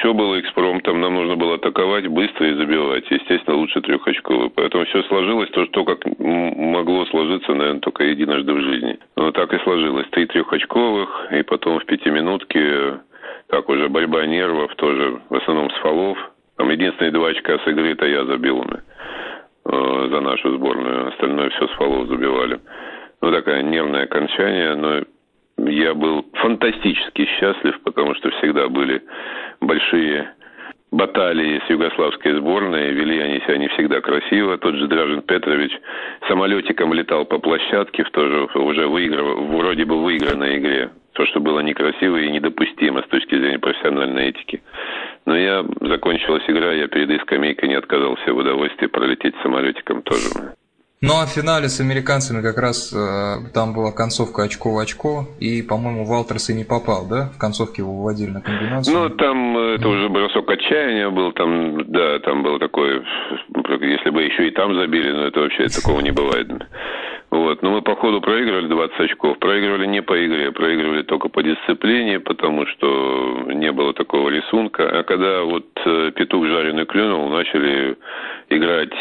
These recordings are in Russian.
все было экспромтом, нам нужно было атаковать быстро и забивать. Естественно, лучше трехочковый. Поэтому все сложилось, то, как могло сложиться, наверное, только единожды в жизни. Но так и сложилось. 3 трехочковых, и потом в пятиминутке, так уже борьба нервов, тоже в основном с фолов. Там единственные 2 очка с игры-то я забил за нашу сборную. Остальное все с фолов забивали. Ну, такое нервное окончание, но я был фантастически счастлив, потому что всегда были большие баталии с югославской сборной. Вели они себя не всегда красиво. Тот же Дражен Петрович самолетиком летал по площадке в тоже уже вроде бы выигранной игре. То, что было некрасиво и недопустимо с точки зрения профессиональной этики. Но закончилась игра, я перед этой скамейкой не отказался в удовольствии пролететь самолетиком тоже. Ну а в финале с американцами как раз там была концовка очко в очко, и, по-моему, Валтерс и не попал, да? В концовке его выводили на комбинацию. Ну, там это уже бросок отчаяния был, там был такой, если бы еще и там забили, но это вообще такого не бывает. Вот. Но мы по ходу проигрывали 20 очков. Проигрывали не по игре, проигрывали только по дисциплине, потому что не было такого рисунка. А когда вот петух жареный клюнул, начали играть,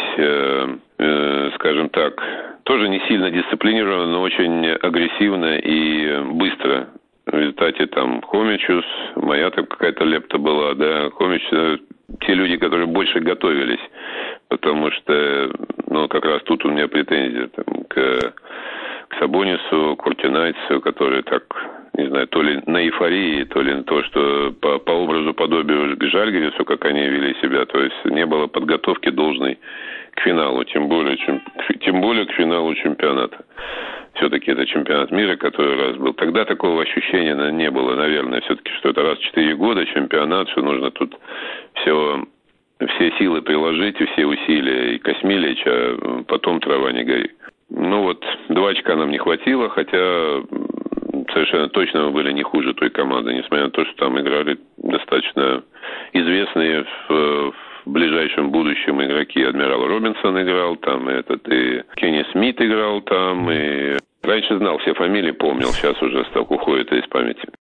скажем так, тоже не сильно дисциплинированно, но очень агрессивно и быстро. В результате там Хомичус, моя там какая-то лепта была, да, Хомич, те люди, которые больше готовились, потому что, как раз тут у меня претензия там, к Сабонису, Куртинайцу, которые так, не знаю, то ли на эйфории, то ли на то, что по образу подобию к Жальгирису, как они вели себя, то есть не было подготовки должной к финалу, тем более к финалу чемпионата. Все-таки это чемпионат мира, который раз был. Тогда такого ощущения не было, наверное, все-таки, что это раз в 4 года чемпионат, что нужно тут все силы приложить, и все усилия, и космилечь, а потом трава не горит. 2 очка нам не хватило, хотя совершенно точно мы были не хуже той команды, несмотря на то, что там играли достаточно известные в ближайшем будущем игроки. Адмирал Робинсон играл там, и Кенни Смит играл там, и раньше знал все фамилии, помнил, сейчас уже уходит из памяти.